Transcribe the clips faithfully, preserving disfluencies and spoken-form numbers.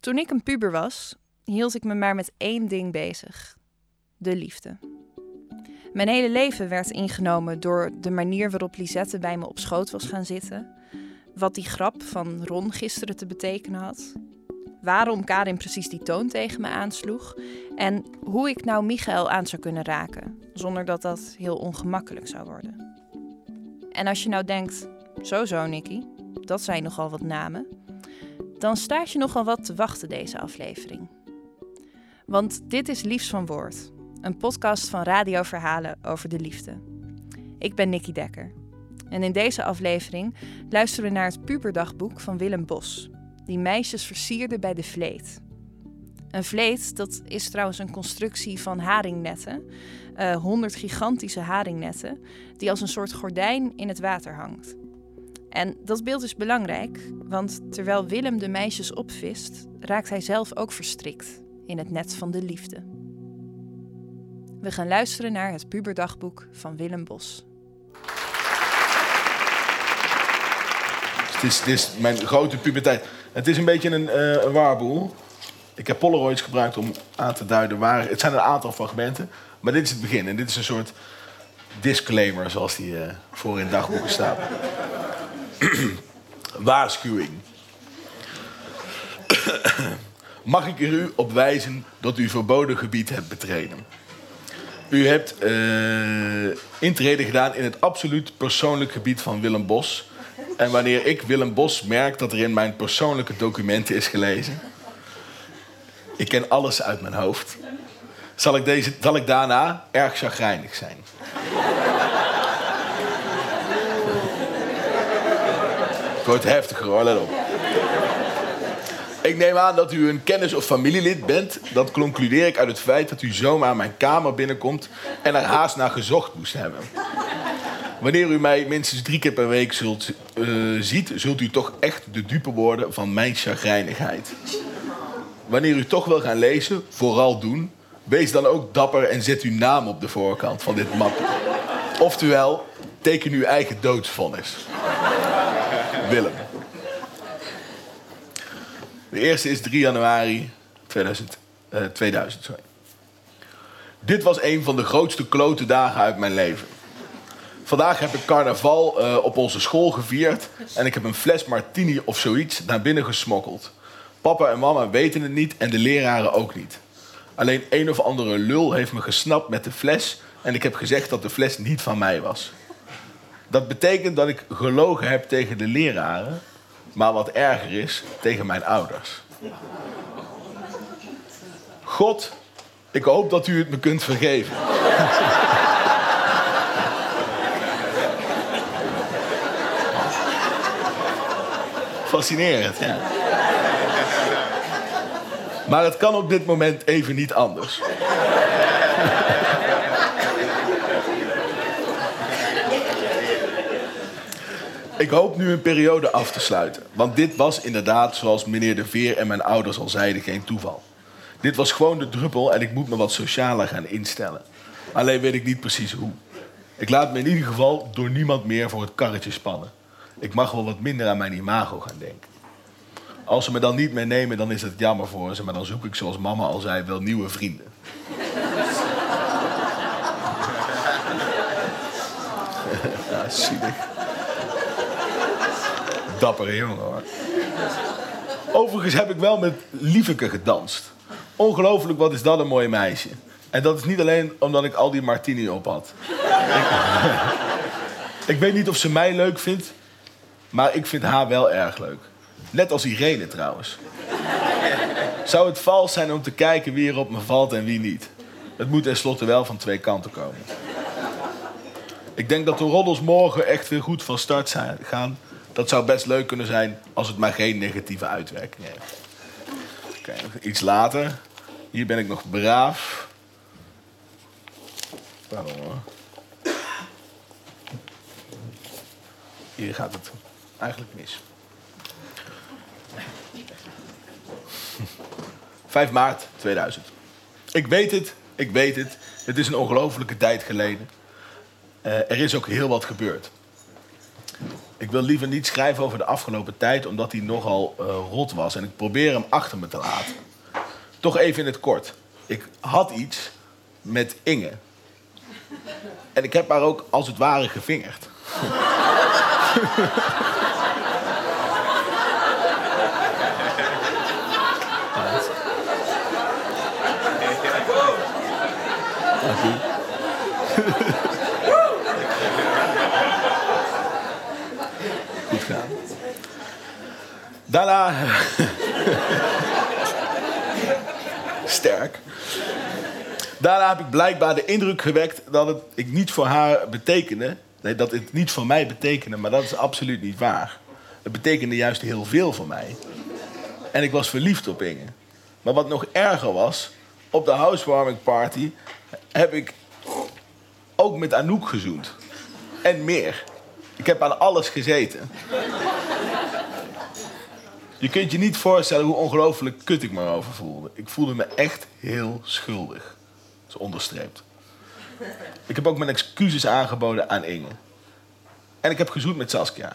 Toen ik een puber was, hield ik me maar met één ding bezig. De liefde. Mijn hele leven werd ingenomen door de manier waarop Lisette bij me op schoot was gaan zitten. Wat die grap van Ron gisteren te betekenen had. Waarom Karin precies die toon tegen me aansloeg. En hoe ik nou Michael aan zou kunnen raken, zonder dat dat heel ongemakkelijk zou worden. En als je nou denkt, zo zo Nicky, dat zijn nogal wat namen. Dan staat je nogal wat te wachten deze aflevering. Want dit is Liefs van Woord, een podcast van radioverhalen over de liefde. Ik ben Nicky Dekker. En in deze aflevering luisteren we naar het puberdagboek van Willem Bos, die meisjes versierde bij de vleet. Een vleet, dat is trouwens een constructie van haringnetten, uh, honderd gigantische haringnetten, die als een soort gordijn in het water hangt. En dat beeld is belangrijk, want terwijl Willem de meisjes opvist, raakt hij zelf ook verstrikt in het net van de liefde. We gaan luisteren naar het puberdagboek van Willem Bos. Het is, het is mijn grote puberteit. Het is een beetje een, uh, een waarboel. Ik heb Polaroids gebruikt om aan te duiden waar... Het zijn een aantal fragmenten, maar dit is het begin. En dit is een soort disclaimer, zoals die uh, voor in dagboeken staat. Waarschuwing. Mag ik er u op wijzen dat u verboden gebied hebt betreden? U hebt uh, intrede gedaan in het absoluut persoonlijk gebied van Willem Bos. En wanneer ik, Willem Bos, merk dat er in mijn persoonlijke documenten is gelezen... Ik ken alles uit mijn hoofd. Zal ik, deze, zal ik daarna erg chagrijnig zijn? Het wordt heftiger hoor, let op. Ik neem aan dat u een kennis of familielid bent. Dat concludeer ik uit het feit dat u zomaar mijn kamer binnenkomt en er haast naar gezocht moest hebben. Wanneer u mij minstens drie keer per week zult, uh, ziet, zult u toch echt de dupe worden van mijn chagrijnigheid. Wanneer u toch wil gaan lezen, vooral doen. Wees dan ook dapper en zet uw naam op de voorkant van dit mapje. Oftewel, teken uw eigen doodsvonnis. Willem. De eerste is drie januari tweeduizend. Uh, tweeduizend sorry. Dit was een van de grootste klote dagen uit mijn leven. Vandaag heb ik carnaval uh, op onze school gevierd... en ik heb een fles martini of zoiets naar binnen gesmokkeld. Papa en mama weten het niet en de leraren ook niet. Alleen een of andere lul heeft me gesnapt met de fles... en ik heb gezegd dat de fles niet van mij was. Dat betekent dat ik gelogen heb tegen de leraren... maar wat erger is, tegen mijn ouders. God, ik hoop dat u het me kunt vergeven. Fascinerend, ja. Maar het kan op dit moment even niet anders. Ik hoop nu een periode af te sluiten. Want dit was inderdaad, zoals meneer De Veer en mijn ouders al zeiden, geen toeval. Dit was gewoon de druppel en ik moet me wat socialer gaan instellen. Alleen weet ik niet precies hoe. Ik laat me in ieder geval door niemand meer voor het karretje spannen. Ik mag wel wat minder aan mijn imago gaan denken. Als ze me dan niet meenemen, dan is het jammer voor ze. Maar dan zoek ik, zoals mama al zei, wel nieuwe vrienden. Ja, zielig. Dappere jongen, hoor. Overigens heb ik wel met Lieveke gedanst. Ongelooflijk, wat is dat een mooi meisje. En dat is niet alleen omdat ik al die martini op had. ik, ik weet niet of ze mij leuk vindt, maar ik vind haar wel erg leuk. Net als Irene trouwens. Zou het vals zijn om te kijken wie er op me valt en wie niet? Het moet tenslotte wel van twee kanten komen. Ik denk dat de roddels morgen echt weer goed van start zijn, gaan. Dat zou best leuk kunnen zijn als het maar geen negatieve uitwerking heeft. Oké, okay, iets later. Hier ben ik nog braaf. Pardon hoor. Hier gaat het eigenlijk mis. vijf maart tweeduizend. Ik weet het, ik weet het. Het is een ongelofelijke tijd geleden. Uh, er is ook heel wat gebeurd. Ik Ik wil liever niet schrijven over de afgelopen tijd, omdat die nogal uh, rot was. En ik probeer hem achter me te laten. Toch even in het kort. Ik had iets met Inge. En ik heb haar ook als het ware gevingerd. Goed gedaan. Daarna... Sterk. Daarna heb ik blijkbaar de indruk gewekt dat het ik niet voor haar betekende. Nee, dat het niet voor mij betekende, maar dat is absoluut niet waar. Het betekende juist heel veel voor mij. En ik was verliefd op Inge. Maar wat nog erger was, op de housewarming party heb ik ook met Anouk gezoend. En meer. Ik heb aan alles gezeten. Je kunt je niet voorstellen hoe ongelooflijk kut ik me erover voelde. Ik voelde me echt heel schuldig. Dat is onderstreept. Ik heb ook mijn excuses aangeboden aan Inge. En ik heb gezoend met Saskia.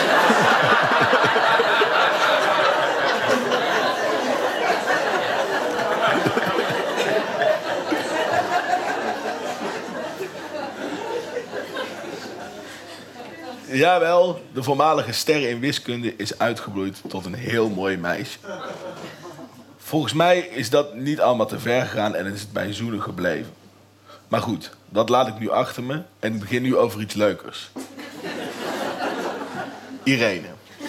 Jawel, de voormalige ster in wiskunde is uitgebloeid tot een heel mooi meisje. Volgens mij is dat niet allemaal te ver gegaan en is het bij zoenen gebleven. Maar goed, dat laat ik nu achter me en ik begin nu over iets leukers. Irene.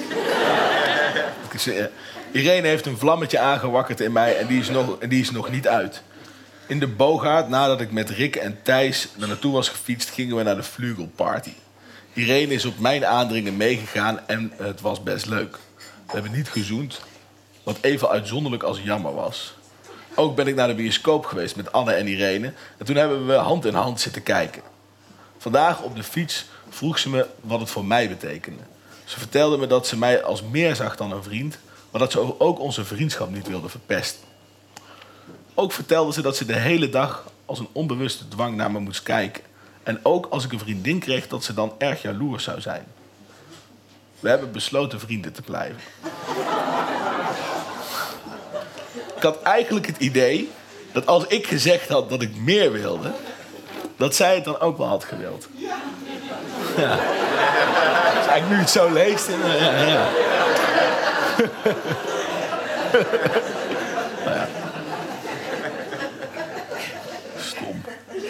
Irene heeft een vlammetje aangewakkerd in mij en die is nog, en die is nog niet uit. In de Bogaard, nadat ik met Rick en Thijs er naartoe was gefietst, gingen we naar de Vlugelparty. Irene is op mijn aandringen meegegaan en het was best leuk. We hebben niet gezoend, wat even uitzonderlijk als jammer was. Ook ben ik naar de bioscoop geweest met Anne en Irene en toen hebben we hand in hand zitten kijken. Vandaag op de fiets vroeg ze me wat het voor mij betekende. Ze vertelde me dat ze mij als meer zag dan een vriend, maar dat ze ook onze vriendschap niet wilde verpesten. Ook vertelde ze dat ze de hele dag als een onbewuste dwang naar me moest kijken. En ook als ik een vriendin kreeg, dat ze dan erg jaloers zou zijn. We hebben besloten vrienden te blijven. Ik had eigenlijk het idee dat als ik gezegd had dat ik meer wilde, dat zij het dan ook wel had gewild. Ja. Als ik nu het zo leest... Ja, ja. Nou ja. Stom.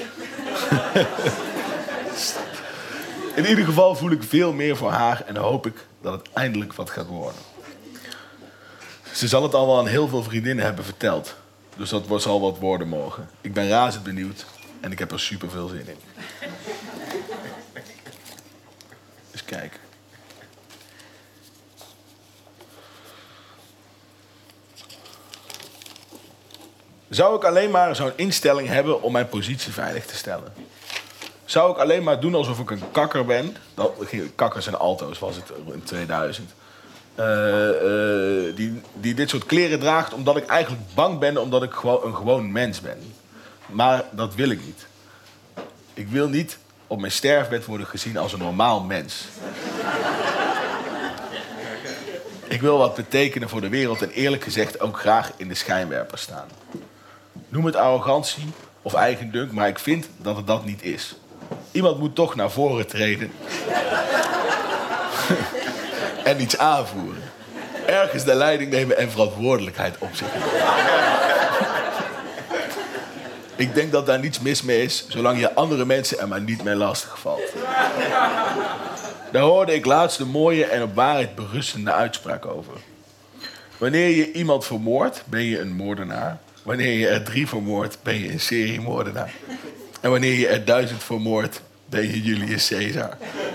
In ieder geval voel ik veel meer voor haar en hoop ik dat het eindelijk wat gaat worden. Ze zal het al wel aan heel veel vriendinnen hebben verteld. Dus dat zal wat worden morgen. Ik ben razend benieuwd en ik heb er super veel zin in. Eens kijken. Zou ik alleen maar zo'n instelling hebben om mijn positie veilig te stellen? Zou ik alleen maar doen alsof ik een kakker ben? Dat, kakkers en alto's was het in tweeduizend. Uh, uh, die, die dit soort kleren draagt omdat ik eigenlijk bang ben omdat ik gewoon een gewoon mens ben. Maar dat wil ik niet. Ik wil niet op mijn sterfbed worden gezien als een normaal mens. Ik wil wat betekenen voor de wereld en eerlijk gezegd ook graag in de schijnwerper staan. Noem het arrogantie of eigendunk, maar ik vind dat het dat niet is. Iemand moet toch naar voren treden en iets aanvoeren. Ergens de leiding nemen en verantwoordelijkheid op zich nemen. Ik denk dat daar niets mis mee is, zolang je andere mensen er maar niet mee lastig valt. Daar hoorde ik laatst een mooie en op waarheid berustende uitspraak over. Wanneer je iemand vermoordt, ben je een moordenaar. Wanneer je er drie vermoordt, ben je een seriemoordenaar. En wanneer je er duizend vermoordt, ben je Julius Caesar.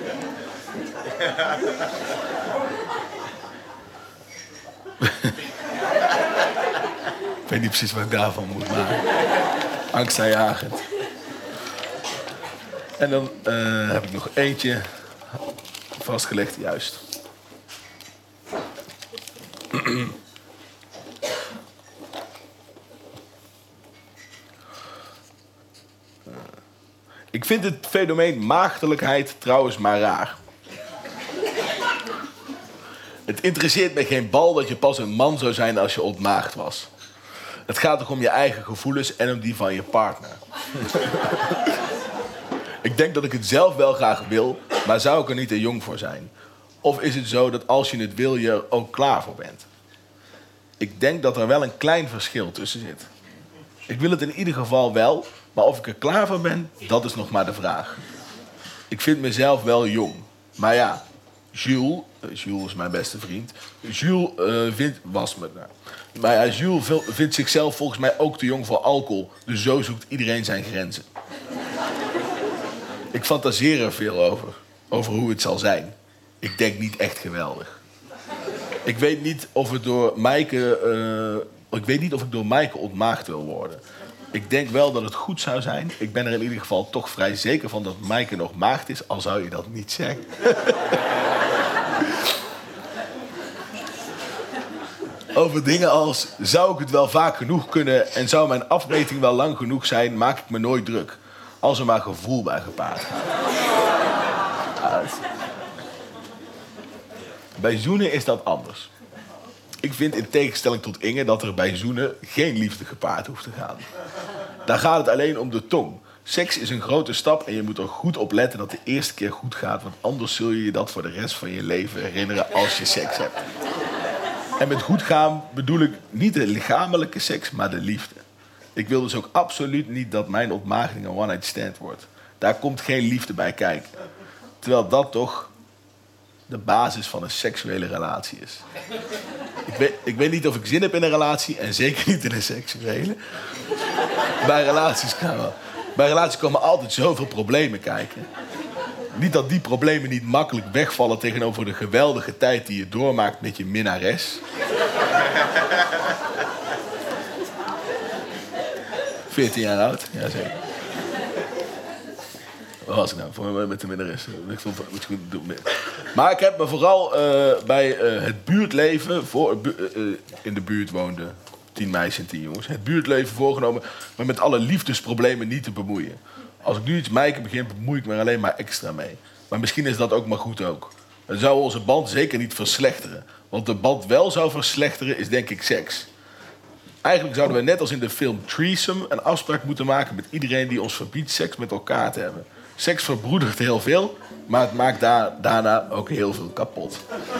Ik weet niet precies wat ik daarvan moet maken. Angstaanjagend. En dan uh, heb ik nog eentje vastgelegd, juist. Ik vind het fenomeen maagdelijkheid trouwens maar raar. interesseert me geen bal dat je pas een man zou zijn als je ontmaagd was. Het gaat toch om je eigen gevoelens en om die van je partner. Ik denk dat ik het zelf wel graag wil, maar zou ik er niet te jong voor zijn? Of is het zo dat als je het wil, je er ook klaar voor bent? Ik denk dat er wel een klein verschil tussen zit. Ik wil het in ieder geval wel, maar of ik er klaar voor ben, dat is nog maar de vraag. Ik vind mezelf wel jong. Maar ja, Jules, Jules is mijn beste vriend. Jules uh, vindt, was me daar. Maar ja, Jules vindt zichzelf volgens mij ook te jong voor alcohol. Dus zo zoekt iedereen zijn grenzen. Ik fantaseer er veel over. Over hoe het zal zijn. Ik denk niet echt geweldig. Ik weet niet of het door Maaike, uh, ik weet niet of ik door Maaike ontmaagd wil worden. Ik denk wel dat het goed zou zijn. Ik ben er in ieder geval toch vrij zeker van dat Maaike nog maagd is, al zou je dat niet zeggen. Over dingen als, zou ik het wel vaak genoeg kunnen en zou mijn afmeting wel lang genoeg zijn, maak ik me nooit druk. Als er maar gevoel bij gepaard gaat. Bij zoenen is dat anders. Ik vind in tegenstelling tot Inge dat er bij zoenen geen liefde gepaard hoeft te gaan. Daar gaat het alleen om de tong. Seks is een grote stap en je moet er goed op letten dat de eerste keer goed gaat, want anders zul je je dat voor de rest van je leven herinneren als je seks hebt. En met goed gaan bedoel ik niet de lichamelijke seks, maar de liefde. Ik wil dus ook absoluut niet dat mijn ontmaagding een one-night stand wordt. Daar komt geen liefde bij kijken. Terwijl dat toch de basis van een seksuele relatie is. Ik weet, ik weet niet of ik zin heb in een relatie en zeker niet in een seksuele. Bij relaties, kan, bij relaties komen altijd zoveel problemen kijken. Niet dat die problemen niet makkelijk wegvallen tegenover de geweldige tijd die je doormaakt met je minnares. veertien jaar oud, ja zeker. Wat was ik nou voor met de minnares? Maar ik heb me vooral uh, bij uh, het buurtleven, voor, uh, uh, in de buurt woonden tien meisjes en tien jongens, het buurtleven voorgenomen, maar met alle liefdesproblemen niet te bemoeien. Als ik nu iets Maaike begin, bemoei ik me er alleen maar extra mee. Maar misschien is dat ook maar goed ook. Het zou onze band zeker niet verslechteren. Want de band wel zou verslechteren is denk ik seks. Eigenlijk zouden we net als in de film Threesome een afspraak moeten maken met iedereen die ons verbiedt seks met elkaar te hebben. Seks verbroedert heel veel, maar het maakt da- daarna ook heel veel kapot.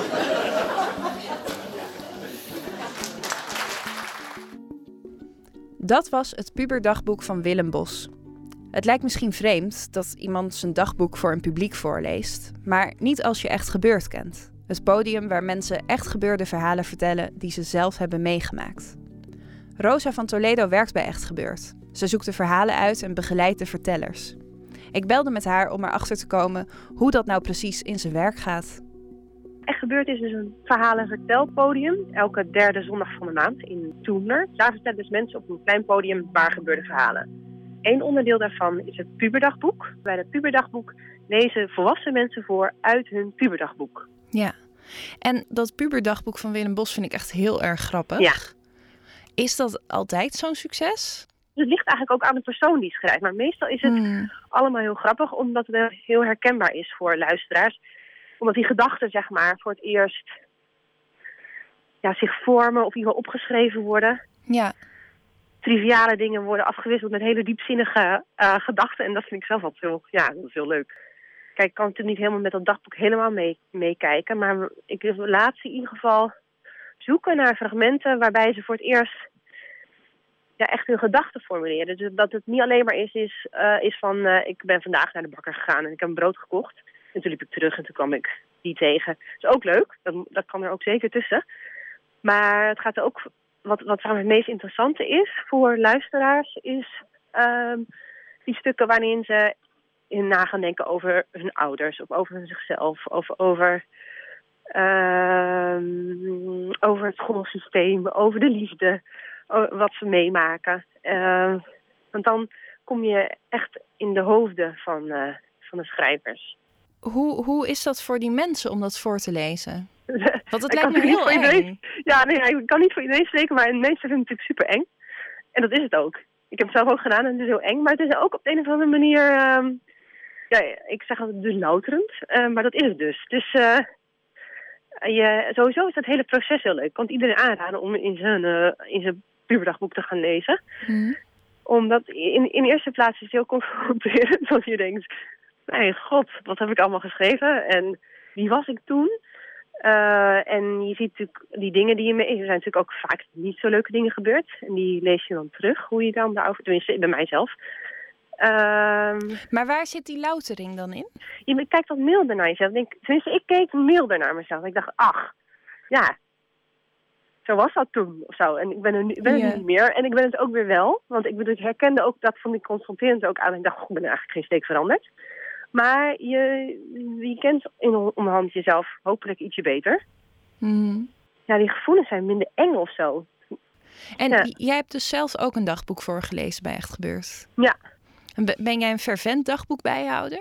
Dat was het puberdagboek van Willem Bos. Het lijkt misschien vreemd dat iemand zijn dagboek voor een publiek voorleest, maar niet als je Echt Gebeurd kent. Het podium waar mensen echt gebeurde verhalen vertellen die ze zelf hebben meegemaakt. Rosa van Toledo werkt bij Echt Gebeurd. Ze zoekt de verhalen uit en begeleidt de vertellers. Ik belde met haar om erachter te komen hoe dat nou precies in zijn werk gaat. Echt Gebeurd is dus een verhalen-vertelpodium, elke derde zondag van de maand in Toemler. Daar vertellen dus mensen op een klein podium waar gebeurde verhalen. Eén onderdeel daarvan is het puberdagboek. Bij het puberdagboek lezen volwassen mensen voor uit hun puberdagboek. Ja, en dat puberdagboek van Willem Bos vind ik echt heel erg grappig. Ja. Is dat altijd zo'n succes? Het ligt eigenlijk ook aan de persoon die schrijft. Maar meestal is het hmm. allemaal heel grappig, omdat het heel herkenbaar is voor luisteraars. Omdat die gedachten, zeg maar, voor het eerst ja, zich vormen of in ieder geval opgeschreven worden. Ja. Triviale dingen worden afgewisseld met hele diepzinnige uh, gedachten. En dat vind ik zelf altijd heel, ja, dat is heel leuk. Kijk, ik kan natuurlijk niet helemaal met dat dagboek helemaal mee, meekijken. Maar ik wil laatst in ieder geval zoeken naar fragmenten waarbij ze voor het eerst ja, echt hun gedachten formuleren. Dus dat het niet alleen maar is, is, uh, is van uh, ik ben vandaag naar de bakker gegaan en ik heb een brood gekocht. En toen liep ik terug en toen kwam ik die tegen. Dat is ook leuk, dat, dat kan er ook zeker tussen. Maar het gaat er ook, wat, wat het meest interessante is voor luisteraars, is uh, die stukken waarin ze in na gaan denken over hun ouders, of over zichzelf, of over, uh, over het schoolsysteem, over de liefde, wat ze meemaken. Uh, want dan kom je echt in de hoofden van, uh, van de schrijvers. Hoe, hoe is dat voor die mensen om dat voor te lezen? Want het lijkt me heel eng. Iedereen, ja, nee, ik kan niet voor iedereen spreken, maar de meesten vinden het natuurlijk super eng. En dat is het ook. Ik heb het zelf ook gedaan en het is heel eng. Maar het is ook op de een of andere manier, um, ja, ik zeg altijd dus louterend. Uh, maar dat is het dus. Dus uh, je, sowieso is dat hele proces heel leuk. Ik kan het iedereen aanraden om in zijn, uh, in zijn puberdagboek te gaan lezen. Mm. Omdat in, in de eerste plaats is het heel confronterend. Want je denkt, mijn god, wat heb ik allemaal geschreven? En wie was ik toen? Uh, en je ziet natuurlijk die dingen die je mee... Er zijn natuurlijk ook vaak niet zo leuke dingen gebeurd. En die lees je dan terug, hoe je dan daarover... Tenminste, bij mijzelf. Uh, maar waar zit die loutering dan in? Je kijkt wat milder naar jezelf. Denk, tenminste, ik keek milder naar mezelf. Ik dacht, ach, ja, zo was dat toen of zo. En ik ben er nu, ben er yeah. nu niet meer. En ik ben het ook weer wel. Want ik, bedoel, ik herkende ook, dat vond ik confronterend ook aan. Ik dacht, ik ben eigenlijk geen steek veranderd. Maar je, je kent in onderhand jezelf hopelijk ietsje beter. Mm. Ja, die gevoelens zijn minder eng of zo. En ja. jij hebt dus zelf ook een dagboek voorgelezen bij Echt Gebeurd. Ja. Ben jij een fervent dagboekbijhouder?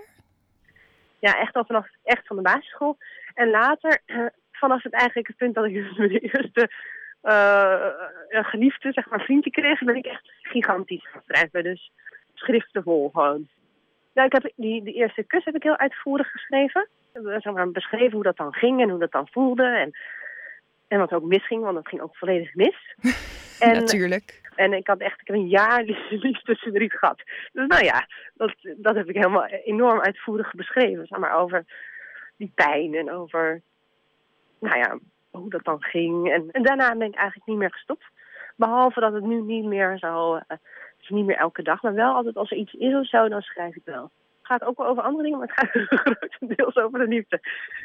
Ja, echt al vanaf echt van de basisschool. En later, vanaf het eigenlijk het punt dat ik dus mijn eerste uh, geliefde, zeg maar, vriendje kreeg, ben ik echt gigantisch gaan schrijven. Dus schriften vol gewoon. Ja, ik heb die, die eerste kus heb ik heel uitvoerig geschreven. Zeg maar, beschreven hoe dat dan ging en hoe dat dan voelde. En, en wat ook misging, want dat ging ook volledig mis. En, natuurlijk. En ik had echt ik heb een jaar liefdesverdriet gehad. Dus nou ja, dat, dat heb ik helemaal enorm uitvoerig beschreven. Zeg maar, over die pijn en over, nou ja, hoe dat dan ging. En, en daarna ben ik eigenlijk niet meer gestopt. Behalve dat het nu niet meer zo, uh, dus niet meer elke dag, maar wel altijd als er iets is of zo, dan schrijf ik wel. Het gaat ook wel over andere dingen, maar het gaat grotendeels over de liefde.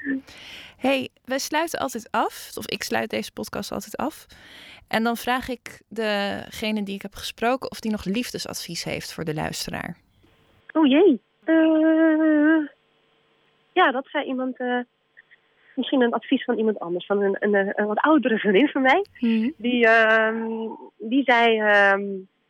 Hey, wij sluiten altijd af, of ik sluit deze podcast altijd af. En dan vraag ik degene die ik heb gesproken of die nog liefdesadvies heeft voor de luisteraar. Oh jee. Uh, ja, dat zei iemand, uh, misschien een advies van iemand anders, van een, een, een wat oudere vriendin van mij. Mm-hmm. Die, uh, die zei, uh,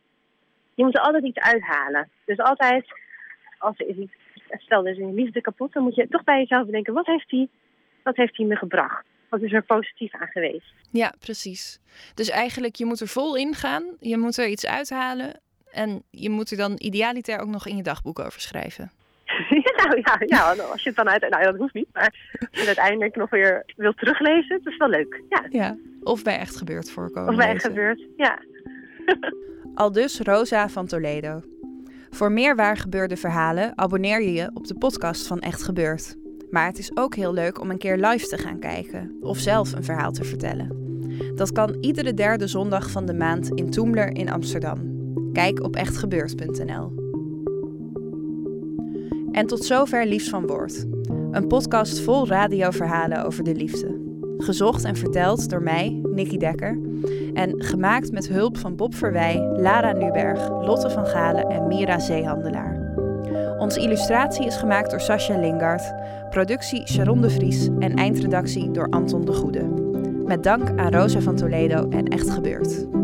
je moet er altijd iets uithalen. Dus altijd, als er is iets, stel er is een liefde kapot, dan moet je toch bij jezelf bedenken, wat heeft die, wat heeft die me gebracht? Wat is er positief aan geweest? Ja, precies. Dus eigenlijk, je moet er vol in gaan. Je moet er iets uithalen. En je moet er dan idealiter ook nog in je dagboek over schrijven. nou ja, ja, als je het dan uit... Nou, dat hoeft niet. Maar als je het uiteindelijk nog weer wilt teruglezen, dat is wel leuk. Ja, ja, of bij Echt Gebeurd voorkomen. Of bij Echt Gebeurd, ja. Aldus Rosa van Toledo. Voor meer waargebeurde verhalen abonneer je je op de podcast van Echt Gebeurd. Maar het is ook heel leuk om een keer live te gaan kijken of zelf een verhaal te vertellen. Dat kan iedere derde zondag van de maand in Toemler in Amsterdam. Kijk op echt gebeurd punt n l. En tot zover Liefst van Woord. Een podcast vol radioverhalen over de liefde. Gezocht en verteld door mij, Nikki Dekker. En gemaakt met hulp van Bob Verwij, Lara Nuberg, Lotte van Galen en Mira Zeehandelaar. Onze illustratie is gemaakt door Sascha Lingard, productie Sharon de Vries en eindredactie door Anton de Goede. Met dank aan Rosa van Toledo en Echt Gebeurd.